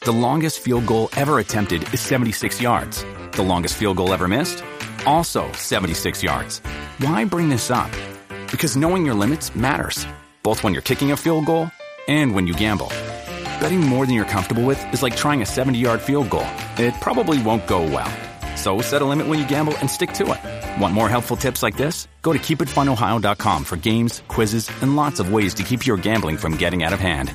The longest field goal ever attempted is 76 yards. The longest field goal ever missed? Also 76 yards. Why bring this up? Because knowing your limits matters, both when you're kicking a field goal and when you gamble. Betting more than you're comfortable with is like trying a 70-yard field goal. It probably won't go well. So set a limit when you gamble and stick to it. Want more helpful tips like this? Go to keepitfunohio.com for games, quizzes, and lots of ways to keep your gambling from getting out of hand.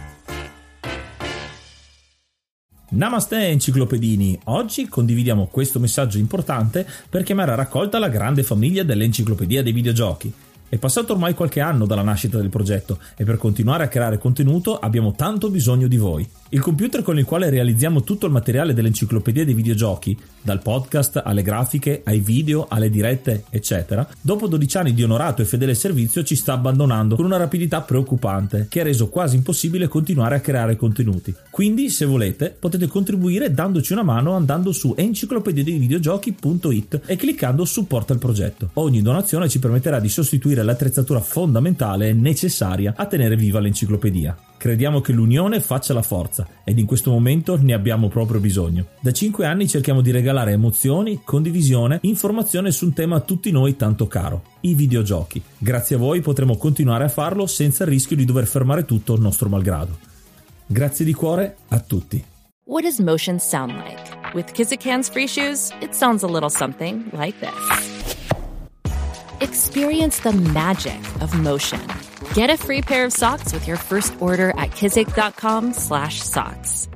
Namaste enciclopedini, oggi condividiamo questo messaggio importante per chiamare a raccolta la grande famiglia dell'Enciclopedia dei Videogiochi. È passato ormai qualche anno dalla nascita del progetto e per continuare a creare contenuto abbiamo tanto bisogno di voi. Il computer con il quale realizziamo tutto il materiale dell'Enciclopedia dei Videogiochi, dal podcast alle grafiche, ai video, alle dirette, eccetera, dopo 12 anni di onorato e fedele servizio ci sta abbandonando con una rapidità preoccupante che ha reso quasi impossibile continuare a creare contenuti. Quindi, se volete, potete contribuire dandoci una mano andando su enciclopediadeivideogiochi.it e cliccando supporta il progetto. Ogni donazione ci permetterà di sostituire l'attrezzatura fondamentale e necessaria a tenere viva l'enciclopedia. Crediamo che l'unione faccia la forza ed in questo momento ne abbiamo proprio bisogno. Da 5 anni cerchiamo di regalare emozioni, condivisione, informazione su un tema a tutti noi tanto caro, i videogiochi. Grazie a voi potremo continuare a farlo senza il rischio di dover fermare tutto nostro malgrado. Grazie di cuore a tutti. What does motion sound like? With Kizik hands-free shoes, it sounds a little something like this. Experience the magic of motion. Get a free pair of socks with your first order at kizik.com/socks.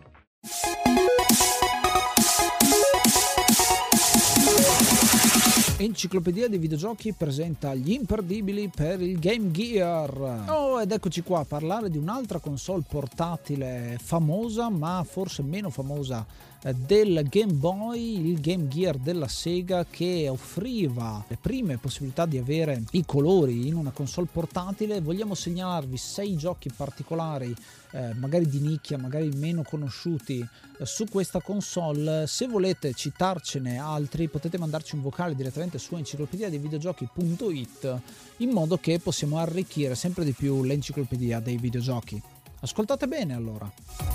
Enciclopedia dei Videogiochi presenta gli imperdibili per il Game Gear. Ed eccoci qua a parlare di un'altra console portatile famosa, ma forse meno famosa del Game Boy, il Game Gear della Sega, che offriva le prime possibilità di avere i colori in una console portatile. Vogliamo segnalarvi 6 giochi particolari, magari di nicchia, magari meno conosciuti su questa console. Se volete citarcene altri potete mandarci un vocale direttamente su enciclopediadeivideogiochi.it in modo che possiamo arricchire sempre di più l'enciclopedia dei videogiochi. Ascoltate bene allora.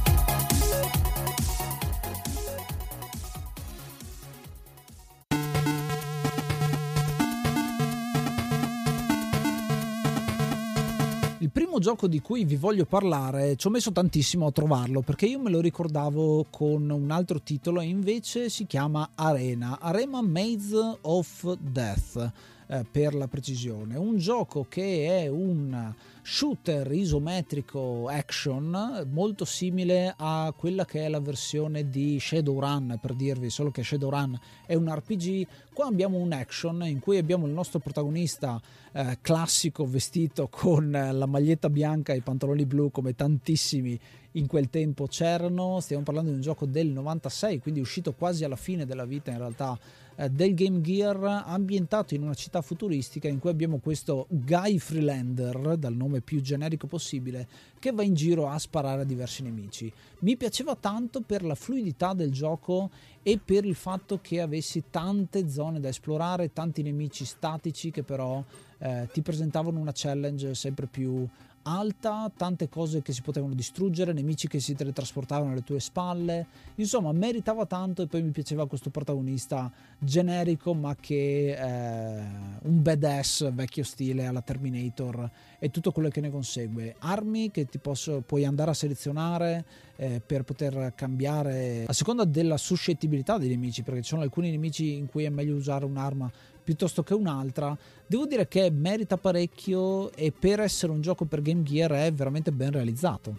Il primo gioco di cui vi voglio parlare ci ho messo tantissimo a trovarlo perché io me lo ricordavo con un altro titolo e invece si chiama Arena Maze of Death, per la precisione. Un gioco che è un shooter isometrico action molto simile a quella che è la versione di Shadowrun, per dirvi, solo che Shadowrun è un RPG. Qua abbiamo un action in cui abbiamo il nostro protagonista classico, vestito con la maglietta bianca e i pantaloni blu come tantissimi in quel tempo c'erano. Stiamo parlando di un gioco del 96, quindi uscito quasi alla fine della vita in realtà del Game Gear, ambientato in una città futuristica in cui abbiamo questo Guy Freelander, dal nome più generico possibile, che va in giro a sparare a diversi nemici. Mi piaceva tanto per la fluidità del gioco e per il fatto che avessi tante zone da esplorare, tanti nemici statici che però ti presentavano una challenge sempre più alta, tante cose che si potevano distruggere, nemici che si teletrasportavano alle tue spalle. Insomma, meritava tanto. E poi mi piaceva questo protagonista generico ma che un badass vecchio stile alla Terminator e tutto quello che ne consegue. Armi che puoi andare a selezionare per poter cambiare a seconda della suscettibilità dei nemici, perché ci sono alcuni nemici in cui è meglio usare un'arma piuttosto che un'altra. Devo dire che merita parecchio e per essere un gioco per Game Gear è veramente ben realizzato.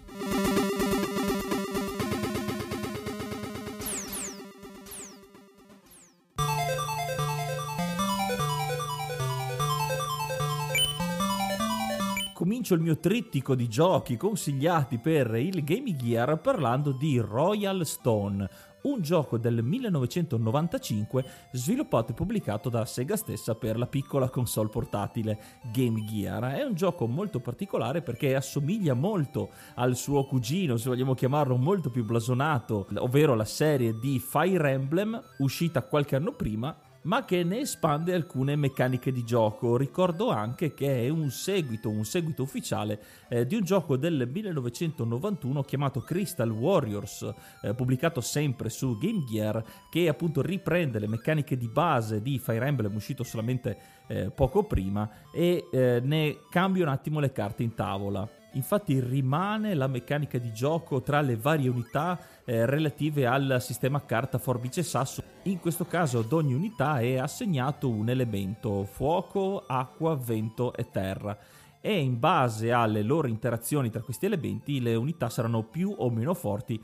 Comincio il mio trittico di giochi consigliati per il Game Gear parlando di Royal Stone, un gioco del 1995 sviluppato e pubblicato dalla Sega stessa per la piccola console portatile Game Gear. È un gioco molto particolare perché assomiglia molto al suo cugino, se vogliamo chiamarlo, molto più blasonato, ovvero la serie di Fire Emblem, uscita qualche anno prima, ma che ne espande alcune meccaniche di gioco. Ricordo anche che è un seguito ufficiale di un gioco del 1991 chiamato Crystal Warriors, pubblicato sempre su Game Gear, che appunto riprende le meccaniche di base di Fire Emblem, uscito solamente poco prima, e ne cambia un attimo le carte in tavola. Infatti rimane la meccanica di gioco tra le varie unità relative al sistema carta forbice sasso. In questo caso ad ogni unità è assegnato un elemento: fuoco, acqua, vento e terra, e in base alle loro interazioni tra questi elementi le unità saranno più o meno forti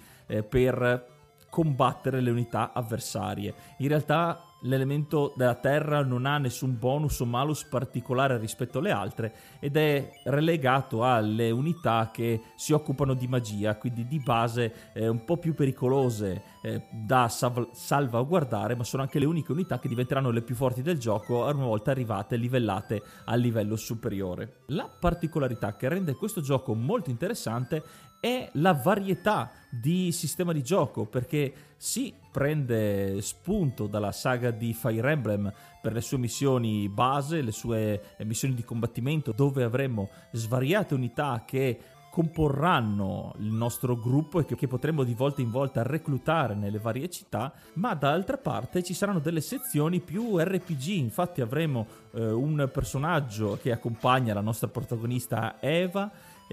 per combattere le unità avversarie. In realtà l'elemento della terra non ha nessun bonus o malus particolare rispetto alle altre ed è relegato alle unità che si occupano di magia, quindi di base un po' più pericolose da salvaguardare, ma sono anche le uniche unità che diventeranno le più forti del gioco una volta arrivate livellate al livello superiore. La particolarità che rende questo gioco molto interessante è la varietà di sistema di gioco, perché si prende spunto dalla saga di Fire Emblem per le sue missioni base, le sue missioni di combattimento, dove avremo svariate unità che comporranno il nostro gruppo e che potremo di volta in volta reclutare nelle varie città, ma dall'altra parte ci saranno delle sezioni più RPG. Infatti avremo un personaggio che accompagna la nostra protagonista Eva,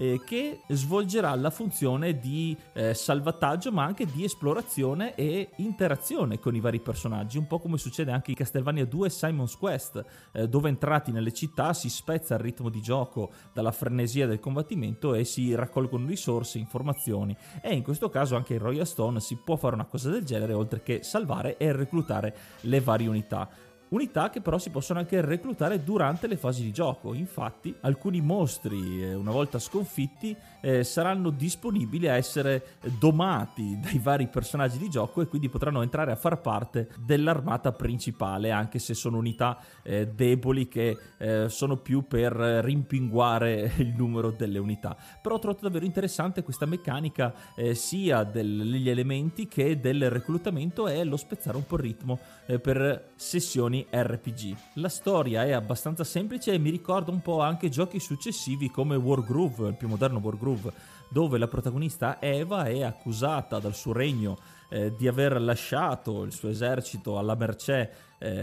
che svolgerà la funzione di salvataggio, ma anche di esplorazione e interazione con i vari personaggi, un po' come succede anche in Castlevania 2 Simon's Quest, dove entrati nelle città si spezza il ritmo di gioco dalla frenesia del combattimento e si raccolgono risorse, informazioni, e in questo caso anche in Royal Stone si può fare una cosa del genere, oltre che salvare e reclutare le varie unità. Unità che però si possono anche reclutare durante le fasi di gioco. Infatti alcuni mostri, una volta sconfitti, saranno disponibili a essere domati dai vari personaggi di gioco e quindi potranno entrare a far parte dell'armata principale, anche se sono unità deboli che sono più per rimpinguare il numero delle unità. Però ho trovato davvero interessante questa meccanica sia degli elementi che del reclutamento e lo spezzare un po' il ritmo per sessioni RPG. La storia è abbastanza semplice e mi ricorda un po' anche giochi successivi come Wargroove, il più moderno Wargroove, dove la protagonista Eva è accusata dal suo regno di aver lasciato il suo esercito alla mercé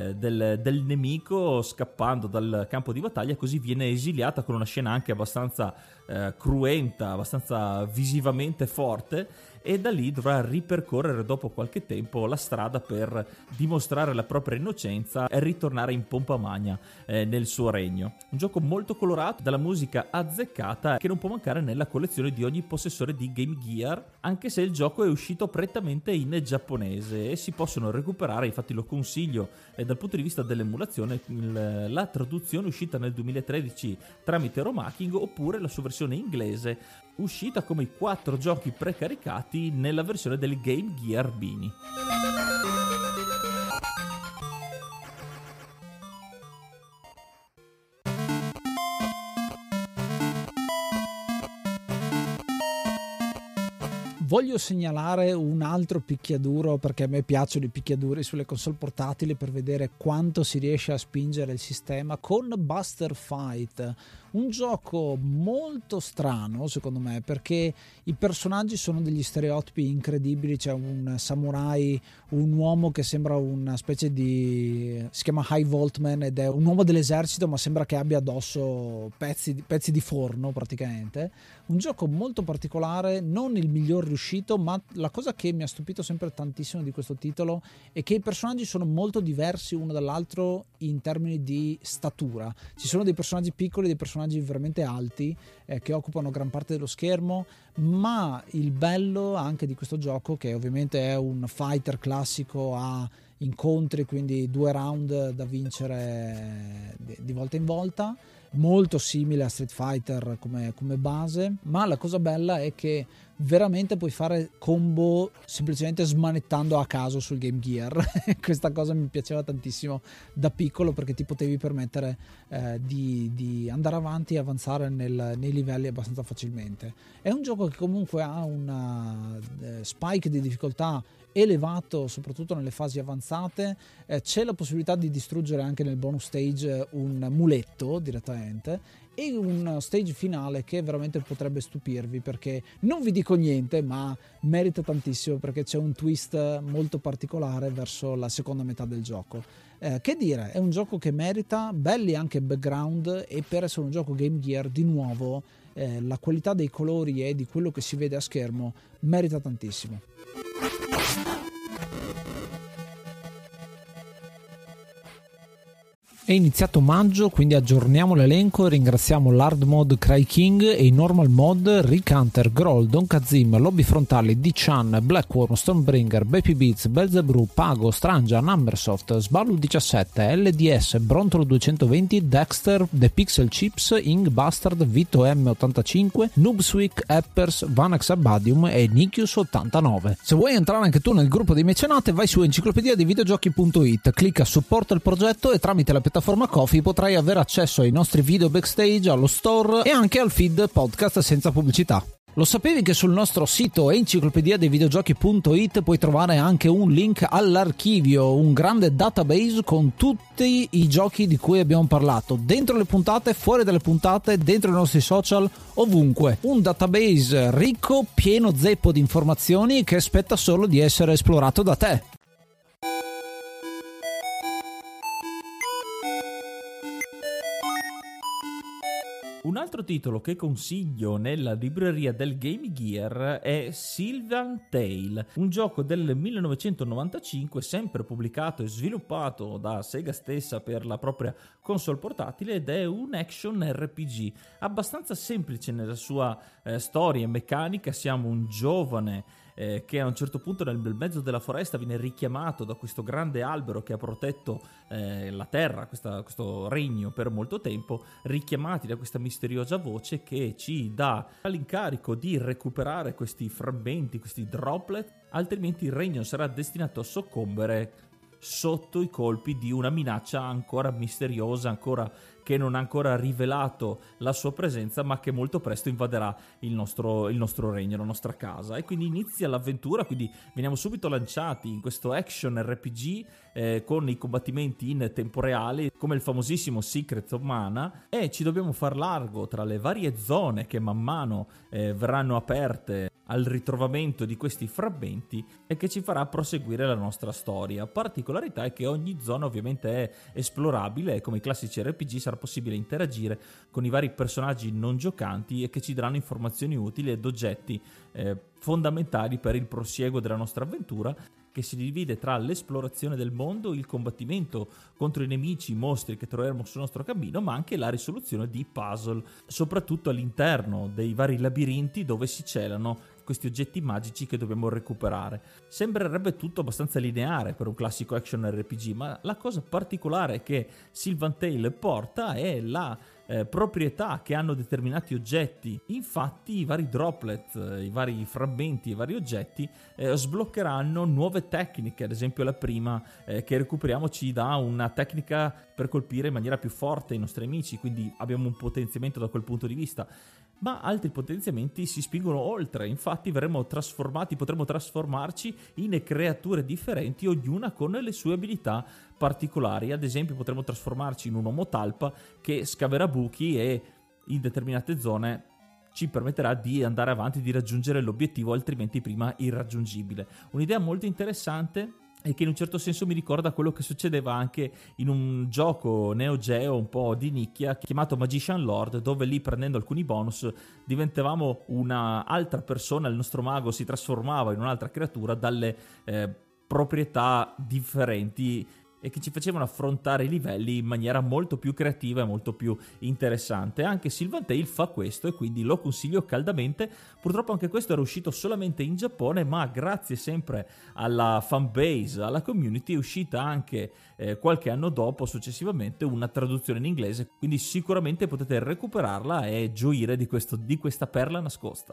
del nemico, scappando dal campo di battaglia, così viene esiliata, con una scena anche abbastanza cruenta, abbastanza visivamente forte, e da lì dovrà ripercorrere dopo qualche tempo la strada per dimostrare la propria innocenza e ritornare in pompa magna nel suo regno. Un gioco molto colorato, dalla musica azzeccata, che non può mancare nella collezione di ogni possessore di Game Gear, anche se il gioco è uscito prettamente in giapponese e si possono recuperare, infatti lo consiglio dal punto di vista dell'emulazione, la traduzione uscita nel 2013 tramite Romaking, oppure la sua versione inglese uscita come i 4 giochi precaricati nella versione del Game Gear Bini. Voglio segnalare un altro picchiaduro, perché a me piacciono i picchiaduri sulle console portatili, per vedere quanto si riesce a spingere il sistema con Buster Fight, un gioco molto strano secondo me, perché i personaggi sono degli stereotipi incredibili. C'è un samurai, un uomo che sembra una specie di, si chiama High Voltman, ed è un uomo dell'esercito, ma sembra che abbia addosso pezzi di forno praticamente. Un gioco molto particolare, non il miglior riuscito, ma la cosa che mi ha stupito sempre tantissimo di questo titolo è che i personaggi sono molto diversi uno dall'altro in termini di statura. Ci sono dei personaggi piccoli, dei personaggi veramente alti che occupano gran parte dello schermo, ma il bello anche di questo gioco, che ovviamente è un fighter classico a incontri, quindi 2 round da vincere di volta in volta, molto simile a Street Fighter come base, ma la cosa bella è che veramente puoi fare combo semplicemente smanettando a caso sul Game Gear. Questa cosa mi piaceva tantissimo da piccolo, perché ti potevi permettere di andare avanti e avanzare nei livelli abbastanza facilmente. È un gioco che comunque ha una spike di difficoltà elevato soprattutto nelle fasi avanzate, c'è la possibilità di distruggere anche nel bonus stage un muletto direttamente, e un stage finale che veramente potrebbe stupirvi, perché non vi dico niente, ma merita tantissimo, perché c'è un twist molto particolare verso la seconda metà del gioco. Che dire, è un gioco che merita, belli anche background, e per essere un gioco Game Gear, di nuovo, la qualità dei colori e di quello che si vede a schermo merita tantissimo. È iniziato maggio, quindi aggiorniamo l'elenco e ringraziamo l'hard mod Cry King e i normal mod Rick Hunter, Groll, Don Kazim, Lobby Frontali, D-Chan, Blackworm, Stonebringer, Baby Beats, Belzebrew, Pago, Strangia, Numbersoft, Sballu 17, LDS, Brontolo 220, Dexter, The Pixel Chips, Ing Bastard, Vito M85, Noobswick, Eppers, Vanax Abadium e Nikius 89. Se vuoi entrare anche tu nel gruppo dei mecenate, vai su enciclopedia dei videogiochi.it, clicca supporta il progetto e tramite la piattaforma Ko-fi potrai avere accesso ai nostri video backstage, allo store e anche al feed podcast senza pubblicità. Lo sapevi che sul nostro sito enciclopedia dei videogiochi.it puoi trovare anche un link all'archivio, un grande database con tutti i giochi di cui abbiamo parlato, dentro le puntate, fuori dalle puntate, dentro i nostri social, ovunque. Un database ricco, pieno zeppo di informazioni che aspetta solo di essere esplorato da te. Un altro titolo che consiglio nella libreria del Game Gear è Sylvan Tale, un gioco del 1995 sempre pubblicato e sviluppato da Sega stessa per la propria console portatile, ed è un action RPG abbastanza semplice nella sua storia e meccanica. Siamo un giovane che a un certo punto nel bel mezzo della foresta viene richiamato da questo grande albero che ha protetto la terra, questo regno per molto tempo, richiamati da questa misteriosa voce che ci dà l'incarico di recuperare questi frammenti, questi droplet, altrimenti il regno sarà destinato a soccombere sotto i colpi di una minaccia ancora misteriosa, che non ha ancora rivelato la sua presenza, ma che molto presto invaderà il nostro regno, la nostra casa. E quindi inizia l'avventura, quindi veniamo subito lanciati in questo action RPG con i combattimenti in tempo reale, come il famosissimo Secret of Mana, e ci dobbiamo far largo tra le varie zone che man mano verranno aperte al ritrovamento di questi frammenti e che ci farà proseguire la nostra storia. Particolarità è che ogni zona ovviamente è esplorabile e come i classici RPG sarà possibile interagire con i vari personaggi non giocanti e che ci daranno informazioni utili ed oggetti fondamentali per il prosieguo della nostra avventura, che si divide tra l'esplorazione del mondo, il combattimento contro i nemici, i mostri che troveremo sul nostro cammino, ma anche la risoluzione di puzzle, soprattutto all'interno dei vari labirinti dove si celano questi oggetti magici che dobbiamo recuperare. Sembrerebbe tutto abbastanza lineare per un classico action RPG, ma la cosa particolare che Sylvan Tale porta è la proprietà che hanno determinati oggetti. Infatti i vari droplet, i vari frammenti, i vari oggetti sbloccheranno nuove tecniche. Ad esempio la prima che recuperiamo ci dà una tecnica per colpire in maniera più forte i nostri amici, quindi abbiamo un potenziamento da quel punto di vista. Ma altri potenziamenti si spingono oltre, infatti potremo trasformarci in creature differenti, ognuna con le sue abilità particolari. Ad esempio potremo trasformarci in un uomo talpa che scaverà buchi e in determinate zone ci permetterà di andare avanti, di raggiungere l'obiettivo altrimenti prima irraggiungibile. Un'idea molto interessante e che in un certo senso mi ricorda quello che succedeva anche in un gioco Neo Geo un po' di nicchia chiamato Magician Lord, dove lì prendendo alcuni bonus diventavamo una altra persona, il nostro mago si trasformava in un'altra creatura dalle proprietà differenti e che ci facevano affrontare i livelli in maniera molto più creativa e molto più interessante. Anche Sylvan Tale fa questo e quindi lo consiglio caldamente. Purtroppo anche questo era uscito solamente in Giappone, ma grazie sempre alla fanbase, alla community, è uscita anche qualche anno dopo, successivamente, una traduzione in inglese, quindi sicuramente potete recuperarla e gioire di questa perla nascosta.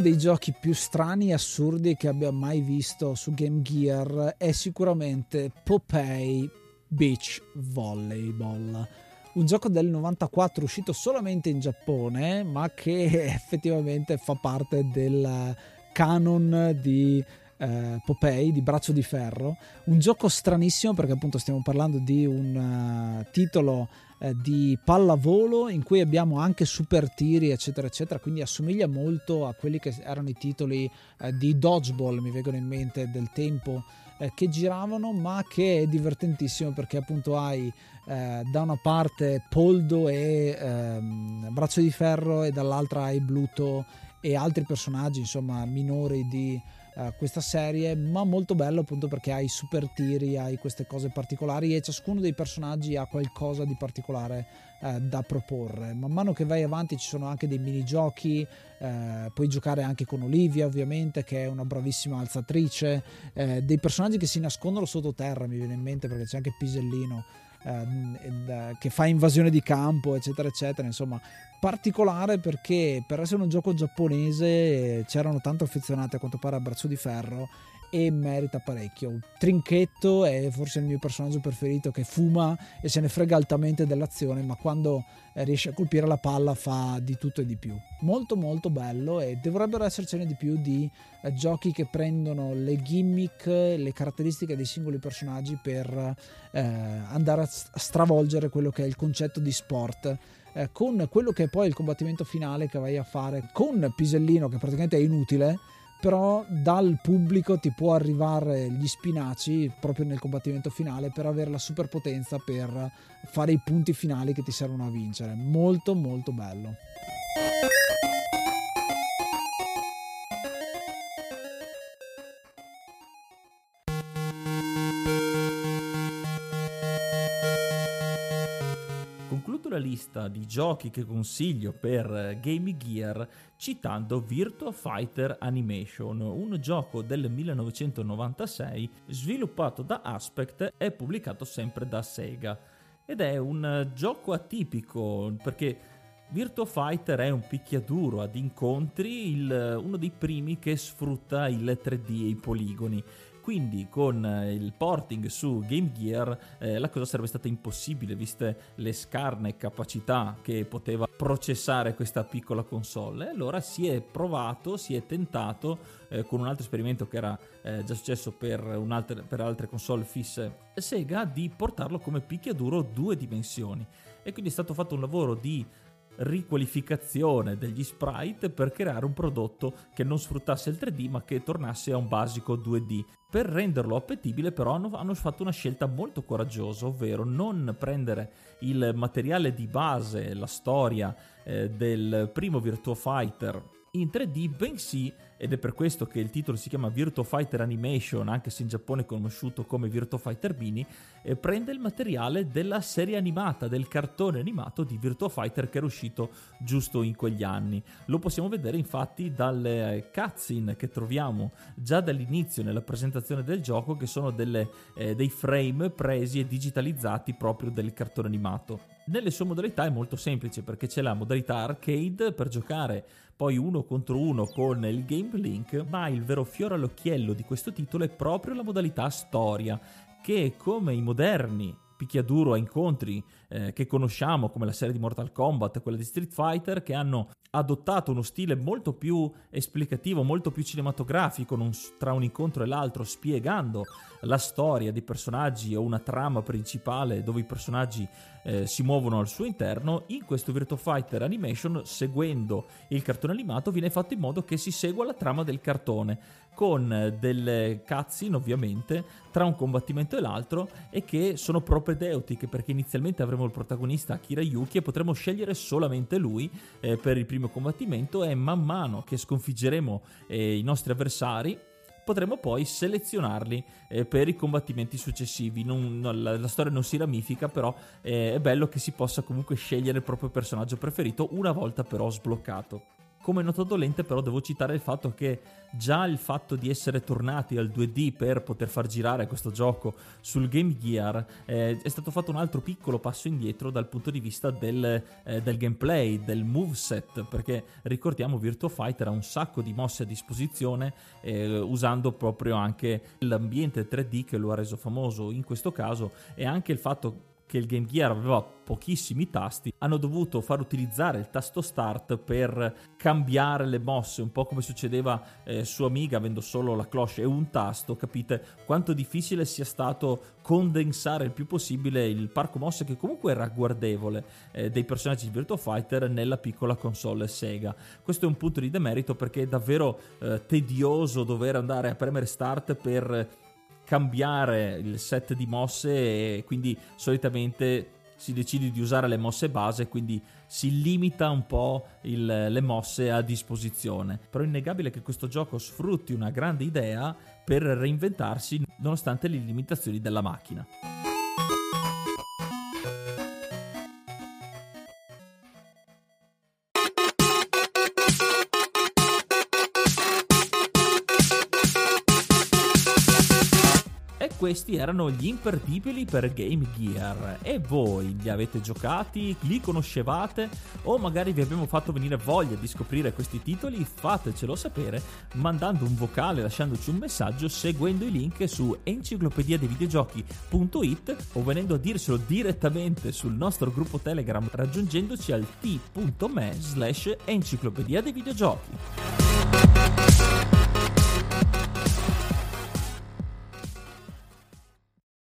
dei giochi più strani e assurdi che abbia mai visto su Game Gear è sicuramente Popeye Beach Volleyball, un gioco del 94 uscito solamente in Giappone, ma che effettivamente fa parte del canon di Popeye, di Braccio di Ferro. Un gioco stranissimo perché appunto stiamo parlando di un titolo di pallavolo in cui abbiamo anche super tiri eccetera eccetera, quindi assomiglia molto a quelli che erano i titoli di Dodgeball, mi vengono in mente, del tempo, che giravano, ma che è divertentissimo perché appunto hai da una parte Poldo e Braccio di Ferro e dall'altra hai Bluto e altri personaggi insomma minori di questa serie, ma molto bello appunto perché hai super tiri, hai queste cose particolari e ciascuno dei personaggi ha qualcosa di particolare da proporre. Man mano che vai avanti ci sono anche dei minigiochi, puoi giocare anche con Olivia ovviamente, che è una bravissima alzatrice, dei personaggi che si nascondono sottoterra, mi viene in mente perché c'è anche Pisellino che fa invasione di campo eccetera eccetera, insomma particolare perché per essere un gioco giapponese c'erano tanto affezionati a quanto pare a Braccio di Ferro e merita parecchio. Trinchetto è forse il mio personaggio preferito, che fuma e se ne frega altamente dell'azione, ma quando riesce a colpire la palla fa di tutto e di più. Molto molto bello, e dovrebbero essercene di più di giochi che prendono le gimmick, le caratteristiche dei singoli personaggi per andare a stravolgere quello che è il concetto di sport, con quello che è poi il combattimento finale che vai a fare con Pisellino, che praticamente è inutile, però dal pubblico ti può arrivare gli spinaci proprio nel combattimento finale per avere la superpotenza per fare i punti finali che ti servono a vincere. Molto molto bello. La lista di giochi che consiglio per Game Gear citando Virtua Fighter Animation, un gioco del 1996 sviluppato da Aspect e pubblicato sempre da Sega, ed è un gioco atipico perché Virtua Fighter è un picchiaduro ad incontri, uno dei primi che sfrutta il 3D e i poligoni. Quindi con il porting su Game Gear la cosa sarebbe stata impossibile viste le scarne capacità che poteva processare questa piccola console. Allora si è provato, si è tentato con un altro esperimento che era già successo per altre console fisse Sega, di portarlo come picchiaduro 2 dimensioni, e quindi è stato fatto un lavoro di riqualificazione degli sprite per creare un prodotto che non sfruttasse il 3D ma che tornasse a un basico 2D. Per renderlo appetibile però hanno fatto una scelta molto coraggiosa, ovvero non prendere il materiale di base, la storia del primo Virtua Fighter in 3D, bensì, ed è per questo che il titolo si chiama Virtua Fighter Animation, anche se in Giappone è conosciuto come Virtua Fighter Mini, prende il materiale della serie animata, del cartone animato di Virtua Fighter che era uscito giusto in quegli anni. Lo possiamo vedere infatti dalle cutscene che troviamo già dall'inizio nella presentazione del gioco, che sono dei frame presi e digitalizzati proprio del cartone animato. Nelle sue modalità è molto semplice perché c'è la modalità arcade per giocare poi 1 contro 1 con il Game Link, ma il vero fiore all'occhiello di questo titolo è proprio la modalità storia, che come i moderni picchiaduro a incontri che conosciamo come la serie di Mortal Kombat, quella di Street Fighter, che hanno adottato uno stile molto più esplicativo, molto più cinematografico tra un incontro e l'altro, spiegando la storia dei personaggi o una trama principale dove i personaggi si muovono al suo interno. In questo Virtua Fighter Animation, seguendo il cartone animato, viene fatto in modo che si segua la trama del cartone, con delle cutscene ovviamente tra un combattimento e l'altro, e che sono propedeutiche perché inizialmente avremo il protagonista Akira Yuki e potremo scegliere solamente lui per il primo combattimento, e man mano che sconfiggeremo i nostri avversari potremo poi selezionarli per i combattimenti successivi. La storia non si ramifica, però è bello che si possa comunque scegliere il proprio personaggio preferito una volta però sbloccato. Come nota dolente però devo citare il fatto che già il fatto di essere tornati al 2D per poter far girare questo gioco sul Game Gear è stato fatto un altro piccolo passo indietro dal punto di vista del gameplay, del moveset, perché ricordiamo Virtua Fighter ha un sacco di mosse a disposizione usando proprio anche l'ambiente 3D che lo ha reso famoso in questo caso, e anche il fatto che il Game Gear aveva pochissimi tasti, hanno dovuto far utilizzare il tasto Start per cambiare le mosse, un po' come succedeva su Amiga avendo solo la cloche e un tasto. Capite quanto difficile sia stato condensare il più possibile il parco mosse, che comunque era ragguardevole, dei personaggi di Virtua Fighter nella piccola console Sega. Questo è un punto di demerito, perché è davvero tedioso dover andare a premere Start per cambiare il set di mosse, e quindi solitamente si decide di usare le mosse base, quindi si limita un po' le mosse a disposizione. Però è innegabile che questo gioco sfrutti una grande idea per reinventarsi nonostante le limitazioni della macchina. Questi erano gli imperdibili per Game Gear. E voi li avete giocati? Li conoscevate? O magari vi abbiamo fatto venire voglia di scoprire questi titoli? Fatecelo sapere mandando un vocale, lasciandoci un messaggio, seguendo i link su enciclopediadeivideogiochi.it o venendo a dirselo direttamente sul nostro gruppo Telegram raggiungendoci al t.me/enciclopedia dei videogiochi.